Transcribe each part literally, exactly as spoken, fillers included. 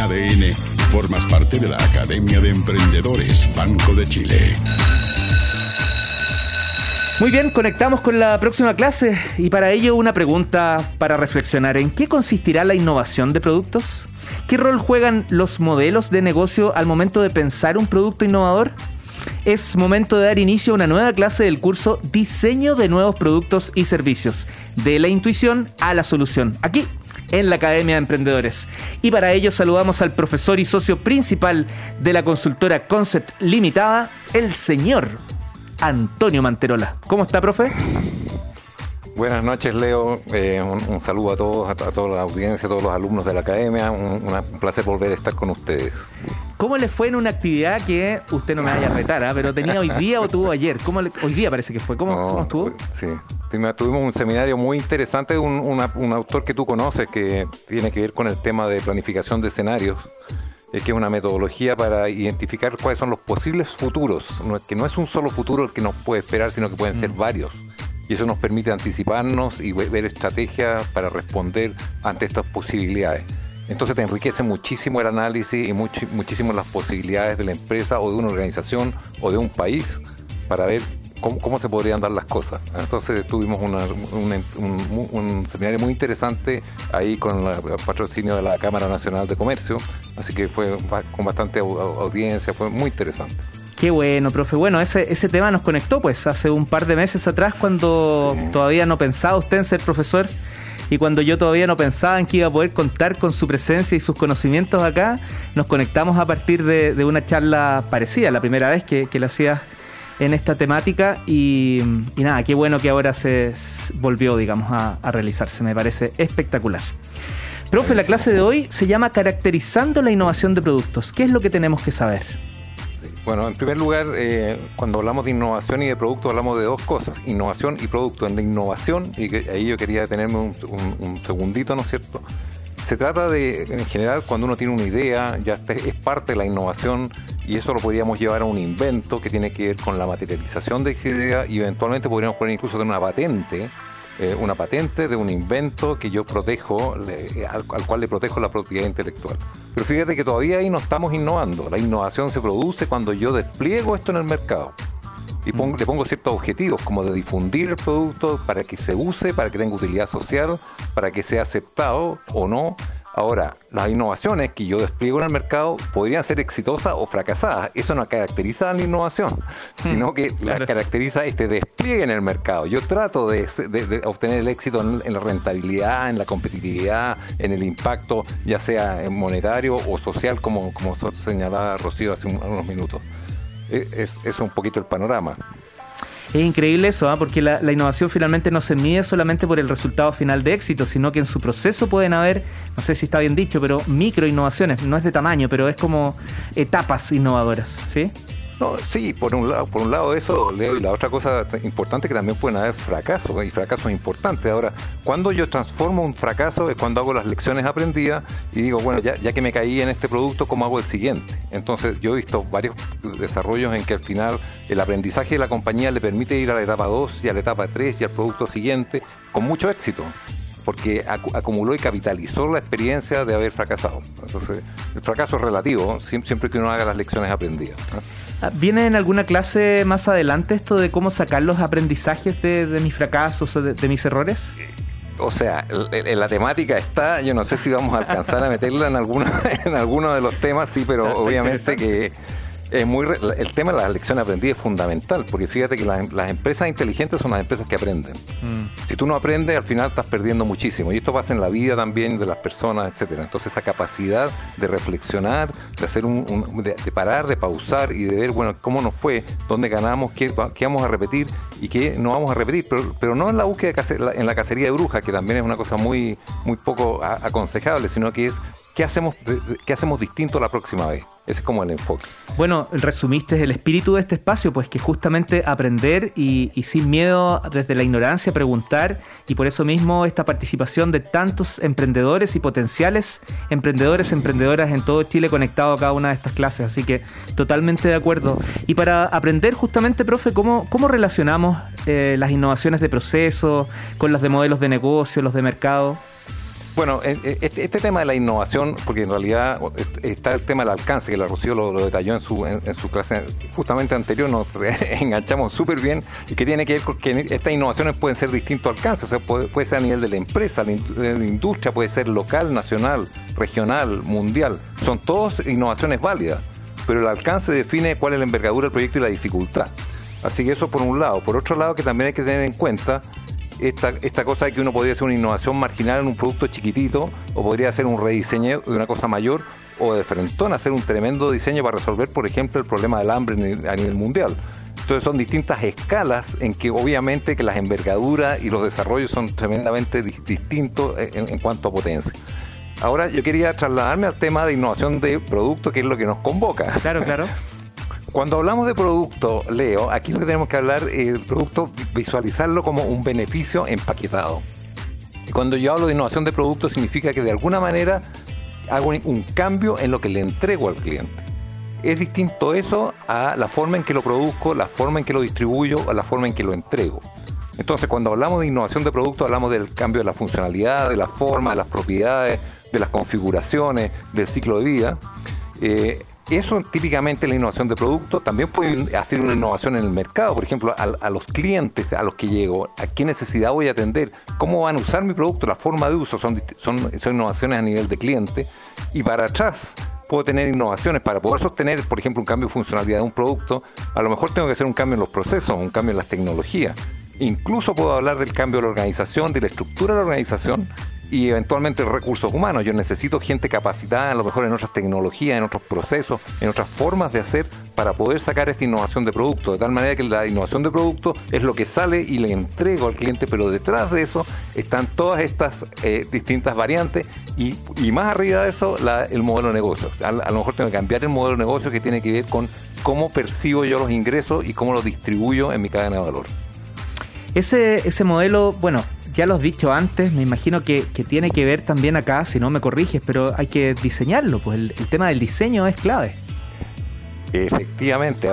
A D N, formas parte de la Academia de Emprendedores Banco de Chile. Muy bien, conectamos con la próxima clase y para ello una pregunta para reflexionar. ¿En qué consistirá la innovación de productos? ¿Qué rol juegan los modelos de negocio al momento de pensar un producto innovador? Es momento de dar inicio a una nueva clase del curso Diseño de Nuevos Productos y Servicios, de la intuición a la solución, aquí en la Academia de Emprendedores. Y para ello saludamos al profesor y socio principal de la consultora Concept Limitada, el señor Antonio Manterola. ¿Cómo está, profe? Buenas noches, Leo. Eh, un, un saludo a todos, a, a toda la audiencia, a todos los alumnos de la Academia. Un, un placer volver a estar con ustedes. ¿Cómo le fue en una actividad que usted no me vaya a retar, ¿eh? pero tenía hoy día o tuvo ayer? ¿Cómo le, hoy día parece que fue. ¿Cómo, no, ¿cómo estuvo? Sí, tuvimos un seminario muy interesante, un, una, un autor que tú conoces que tiene que ver con el tema de planificación de escenarios, eh, que es una metodología para identificar cuáles son los posibles futuros, no, que no es un solo futuro el que nos puede esperar, sino que pueden ser mm. varios. Y eso nos permite anticiparnos y ver estrategias para responder ante estas posibilidades. Entonces te enriquece muchísimo el análisis y much, muchísimo las posibilidades de la empresa o de una organización o de un país para ver cómo, cómo se podrían dar las cosas. Entonces tuvimos una, una, un, un seminario muy interesante ahí con la, el patrocinio de la Cámara Nacional de Comercio, así que fue con bastante audiencia, fue muy interesante. Qué bueno, profe. Bueno, ese, ese tema nos conectó pues hace un par de meses atrás cuando sí. todavía no pensaba usted en ser profesor y cuando yo todavía no pensaba en que iba a poder contar con su presencia y sus conocimientos acá, nos conectamos a partir de, de una charla parecida, la primera vez que, que la hacías en esta temática y, y nada, qué bueno que ahora se volvió, digamos, a, a realizarse. Me parece espectacular. Profe, la clase de hoy se llama Caracterizando la innovación de productos. ¿Qué es lo que tenemos que saber? Bueno, en primer lugar, eh, cuando hablamos de innovación y de producto, hablamos de dos cosas, innovación y producto. En la innovación, y que ahí yo quería detenerme un, un, un segundito, ¿no es cierto? Se trata de, en general, cuando uno tiene una idea, ya es parte de la innovación, y eso lo podríamos llevar a un invento que tiene que ver con la materialización de esa idea, y eventualmente podríamos poner incluso de una patente, eh, una patente de un invento que yo protejo, le, al, al cual le protejo la propiedad intelectual. Pero fíjate que todavía ahí no estamos innovando. La innovación se produce cuando yo despliego esto en el mercado y pongo, le pongo ciertos objetivos como de difundir el producto para que se use, para que tenga utilidad social, para que sea aceptado o no. Ahora, las innovaciones que yo despliego en el mercado podrían ser exitosas o fracasadas. Eso no caracteriza la innovación, sino que claro. la caracteriza este despliegue en el mercado. Yo trato de, de, de obtener el éxito en, en la rentabilidad, en la competitividad, en el impacto, ya sea monetario o social, como, como señalaba Rocío hace un, unos minutos. Es, es, es un poquito el panorama. Es increíble eso, ¿eh? porque la, la innovación finalmente no se mide solamente por el resultado final de éxito, sino que en su proceso pueden haber, no sé si está bien dicho, pero micro innovaciones, no es de tamaño, pero es como etapas innovadoras, ¿sí? No, sí, por un lado, por un lado eso, Leo, y la otra cosa importante que también pueden haber fracasos, y fracasos importantes. Ahora, cuando yo transformo un fracaso es cuando hago las lecciones aprendidas y digo, bueno, ya, ya que me caí en este producto, ¿cómo hago el siguiente? Entonces, yo he visto varios desarrollos en que al final el aprendizaje de la compañía le permite ir a la etapa dos y a la etapa tres y al producto siguiente con mucho éxito, porque ac- acumuló y capitalizó la experiencia de haber fracasado. Entonces, el fracaso es relativo, siempre que uno haga las lecciones aprendidas, ¿no? ¿Viene en alguna clase más adelante esto de cómo sacar los aprendizajes de, de mis fracasos o de, de mis errores? O sea, en la temática está, yo no sé si vamos a alcanzar a meterla en alguno, en alguno de los temas, sí, pero obviamente que es muy el tema de las lecciones aprendidas es fundamental, porque fíjate que las, las empresas inteligentes son las empresas que aprenden. Mm. Si tú no aprendes, al final estás perdiendo muchísimo, y esto pasa en la vida también de las personas, etcétera. Entonces esa capacidad de reflexionar, de hacer un, un de, de parar, de pausar y de ver, bueno, cómo nos fue, dónde ganamos, qué, qué vamos a repetir y qué no vamos a repetir, pero, pero no en la búsqueda de cacer, en la cacería de brujas, que también es una cosa muy, muy poco a, aconsejable, sino que es qué hacemos, qué hacemos distinto la próxima vez. Ese es como el enfoque. Bueno, resumiste el espíritu de este espacio, pues que justamente aprender y, y sin miedo desde la ignorancia preguntar, y por eso mismo esta participación de tantos emprendedores y potenciales emprendedores, emprendedoras en todo Chile conectado a cada una de estas clases, así que totalmente de acuerdo. Y para aprender justamente, profe, ¿cómo, cómo relacionamos eh, las innovaciones de proceso con las de modelos de negocio, los de mercado? Bueno, este, este tema de la innovación, porque en realidad está el tema del alcance, que la Rocío lo, lo detalló en su, en, en su clase justamente anterior, nos enganchamos súper bien, y que tiene que ver con que estas innovaciones pueden ser distintos alcances, o sea, puede, puede ser a nivel de la empresa, de la industria, puede ser local, nacional, regional, mundial. Son todas innovaciones válidas, pero el alcance define cuál es la envergadura del proyecto y la dificultad. Así que eso por un lado. Por otro lado, que también hay que tener en cuenta Esta, esta cosa de que uno podría hacer una innovación marginal en un producto chiquitito, o podría hacer un rediseño de una cosa mayor, o de frentón hacer un tremendo diseño para resolver, por ejemplo, el problema del hambre a nivel mundial. Entonces son distintas escalas en que obviamente que las envergaduras y los desarrollos son tremendamente distintos en, en cuanto a potencia. Ahora yo quería trasladarme al tema de innovación de producto, que es lo que nos convoca. Claro, claro. Cuando hablamos de producto, Leo, aquí lo que tenemos que hablar es el producto, visualizarlo como un beneficio empaquetado. Y cuando yo hablo de innovación de producto, significa que de alguna manera hago un cambio en lo que le entrego al cliente. Es distinto eso a la forma en que lo produzco, la forma en que lo distribuyo, o la forma en que lo entrego. Entonces, cuando hablamos de innovación de producto, hablamos del cambio de la funcionalidad, de la forma, de las propiedades, de las configuraciones, del ciclo de vida. Eh, Eso típicamente la innovación de producto. También puede hacer una innovación en el mercado, por ejemplo, a, a los clientes a los que llego, a qué necesidad voy a atender, cómo van a usar mi producto, la forma de uso, son, son, son innovaciones a nivel de cliente. Y para atrás puedo tener innovaciones para poder sostener, por ejemplo, un cambio de funcionalidad de un producto. A lo mejor tengo que hacer un cambio en los procesos, un cambio en las tecnologías. Incluso puedo hablar del cambio de la organización, de la estructura de la organización, y eventualmente recursos humanos. Yo necesito gente capacitada, a lo mejor en otras tecnologías, en otros procesos, en otras formas de hacer, para poder sacar esta innovación de producto, de tal manera que la innovación de producto es lo que sale y le entrego al cliente, pero detrás de eso están todas estas eh, distintas variantes, y, y más arriba de eso la, el modelo de negocio. A, a lo mejor tengo que cambiar el modelo de negocio, que tiene que ver con cómo percibo yo los ingresos y cómo los distribuyo en mi cadena de valor. Ese, ese modelo, bueno, ya lo has dicho antes, me imagino que, que tiene que ver también acá, si no me corriges, pero hay que diseñarlo, pues el, el tema del diseño es clave. Efectivamente,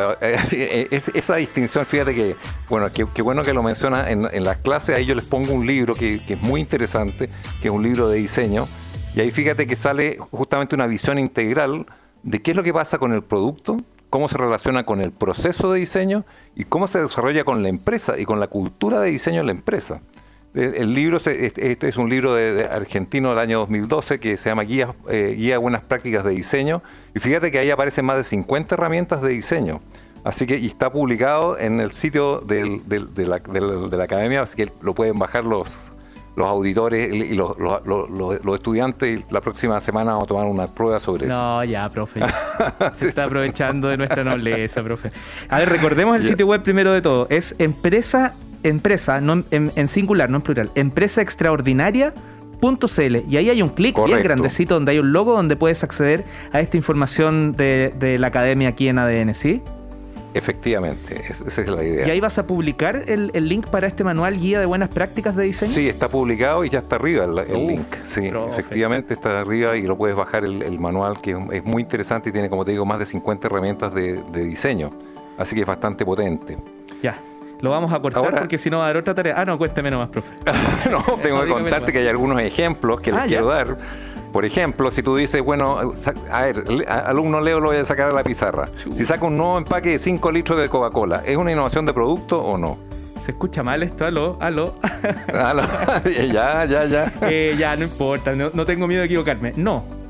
esa distinción, fíjate que, bueno, qué que bueno que lo menciona en, en las clases. Ahí yo les pongo un libro que, que es muy interesante, que es un libro de diseño, y ahí fíjate que sale justamente una visión integral de qué es lo que pasa con el producto, cómo se relaciona con el proceso de diseño y cómo se desarrolla con la empresa y con la cultura de diseño de la empresa. El, el libro, este es un libro de, de argentino del año dos mil doce que se llama Guía, eh, Guía a Buenas Prácticas de Diseño, y fíjate que ahí aparecen más de cincuenta herramientas de diseño. Así que, y está publicado en el sitio del, del, de, la, de, la, de la academia, así que lo pueden bajar los, los auditores y los, los, los, los, los estudiantes, y la próxima semana vamos a tomar una prueba sobre eso. No, ya, profe. Ya. Se está aprovechando de nuestra nobleza, profe. A ver, recordemos el sitio web primero de todo. Es empresa, empresa, no, en, en singular, no en plural, empresa extraordinaria punto c l, y ahí hay un clic bien grandecito donde hay un logo donde puedes acceder a esta información de, de la academia aquí en A D N, ¿sí? Efectivamente, esa es la idea. ¿Y ahí vas a publicar el, el link para este manual Guía de Buenas Prácticas de Diseño? Sí, está publicado y ya está arriba el, el Uf, link. Sí, profe. Efectivamente está arriba y lo puedes bajar el, el manual, que es muy interesante y tiene, como te digo, más de cincuenta herramientas de, de diseño. Así que es bastante potente. Ya. Lo vamos a cortar. Ahora, porque si no va a dar otra tarea. Ah, no, cuénteme nomás, profe. No, tengo no, que contarte que hay algunos ejemplos que ah, les quiero ya. dar. Por ejemplo, si tú dices, bueno, a ver, alumno Leo lo voy a sacar a la pizarra. Chum. Si saca un nuevo empaque de cinco litros de Coca-Cola, ¿es una innovación de producto o no? Se escucha mal esto, aló, aló. aló. ya, ya, ya. Eh, ya, no importa, no, no tengo miedo de equivocarme. No.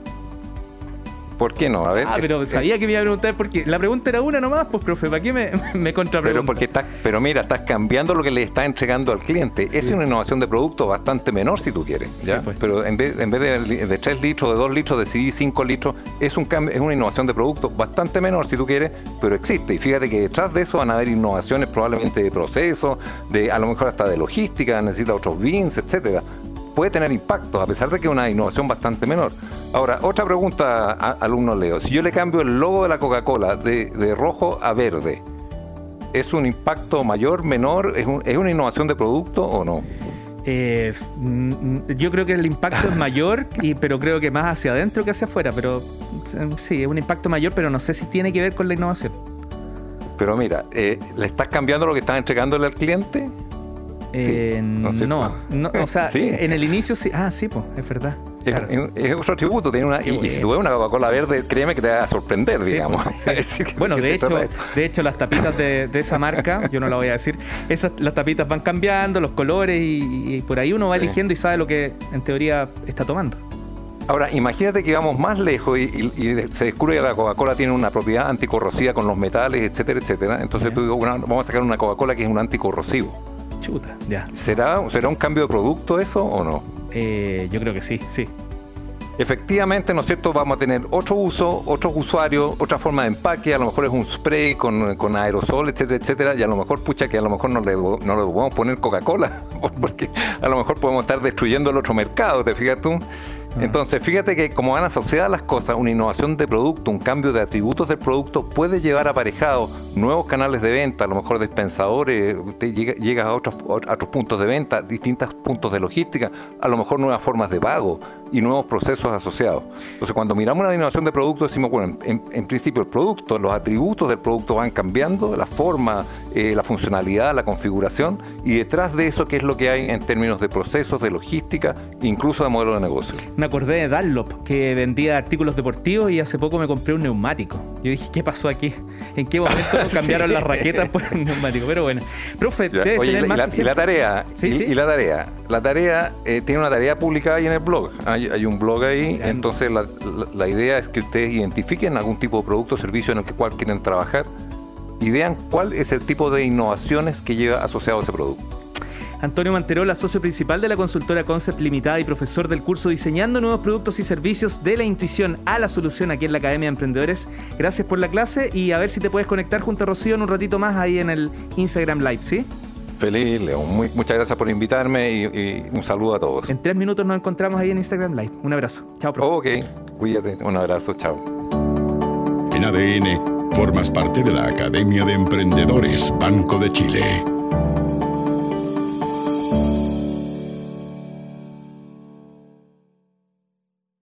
¿Por qué no? A ver. Ah, pero es, sabía que me iba a preguntar porque la pregunta era una nomás, pues, profe, ¿para qué me, me contrapregunta? Pero porque estás, pero mira, estás cambiando lo que le estás entregando al cliente. Sí. Es una innovación de producto bastante menor si tú quieres, ¿ya? Sí, pues. Pero en vez, en vez de, de tres litros, de dos litros, decidí cinco litros, es un cambio, es una innovación de producto bastante menor si tú quieres, pero existe. Y fíjate que detrás de eso van a haber innovaciones probablemente de proceso, de a lo mejor hasta de logística, necesita otros bins, etcétera. Puede tener impactos, a pesar de que es una innovación bastante menor. Ahora, otra pregunta, a, alumno Leo. Si yo le cambio el logo de la Coca-Cola de, de rojo a verde, ¿es un impacto mayor, menor? ¿Es, un, ¿Es una innovación de producto o no? Eh, yo creo que el impacto es mayor, y, pero creo que más hacia adentro que hacia afuera. Pero sí, es un impacto mayor, pero no sé si tiene que ver con la innovación. Pero mira, eh, ¿le estás cambiando lo que estás entregándole al cliente? Eh, sí, no, no, no, o sea, ¿Sí? en el inicio sí. Ah, sí, pues, es verdad. Claro. Es, es otro atributo. Tiene una, y, y si tú ves una Coca-Cola verde, créeme que te va a sorprender, Sí, digamos. pues, sí. Bueno, de hecho, de hecho, las tapitas de, de esa marca, yo no la voy a decir, esas, las tapitas van cambiando, los colores, y, y por ahí uno va sí. eligiendo y sabe lo que en teoría está tomando. Ahora, imagínate que vamos más lejos y, y, y se descubre que la Coca-Cola tiene una propiedad anticorrosiva con los metales, etcétera, etcétera. Entonces Yeah. tú digo, una, vamos a sacar una Coca-Cola que es un anticorrosivo. Chuta, ya. ¿Será, ¿Será un cambio de producto eso o no? Eh, yo creo que sí, sí. Efectivamente, ¿no es cierto? Vamos a tener otro uso, otros usuarios, otra forma de empaque, a lo mejor es un spray con, con aerosol, etcétera, etcétera, y a lo mejor, pucha, que a lo mejor no le, no le podemos poner Coca-Cola, porque a lo mejor podemos estar destruyendo el otro mercado, ¿te fijas tú? Entonces, fíjate que como van asociadas las cosas, una innovación de producto, un cambio de atributos del producto puede llevar aparejado nuevos canales de venta, a lo mejor dispensadores, te llega, llegas a otros, a otros puntos de venta, distintos puntos de logística, a lo mejor nuevas formas de pago y nuevos procesos asociados. Entonces, cuando miramos una innovación de producto, decimos, bueno, en, en principio el producto, los atributos del producto van cambiando, la forma, eh, la funcionalidad, la configuración, y detrás de eso, ¿qué es lo que hay en términos de procesos, de logística, incluso de modelo de negocio? Me acordé de Dunlop, que vendía artículos deportivos, y hace poco me compré un neumático. Yo dije, ¿qué pasó aquí? ¿En qué momento cambiaron Sí. las raquetas por un neumático? Pero bueno, profe, Ya. debes Oye, tener y más la, ejemplos. y la tarea, Sí, y, sí. y la tarea, la tarea eh, tiene una tarea publicada ahí en el blog. Hay, hay un blog ahí, Ya. entonces la, la, la idea es que ustedes identifiquen algún tipo de producto o servicio en el que cual quieren trabajar y vean cuál es el tipo de innovaciones que lleva asociado a ese producto. Antonio Manterola, socio principal de la consultora Concept Limitada y profesor del curso Diseñando Nuevos Productos y Servicios de la Intuición a la Solución aquí en la Academia de Emprendedores. Gracias por la clase, y a ver si te puedes conectar junto a Rocío en un ratito más ahí en el Instagram Live, ¿sí? Feliz, Leo. Muy, muchas gracias por invitarme y, y un saludo a todos. En tres minutos nos encontramos ahí en Instagram Live. Un abrazo. Chao, profe. Ok, cuídate. Un abrazo. Chao. En A D N, formas parte de la Academia de Emprendedores Banco de Chile.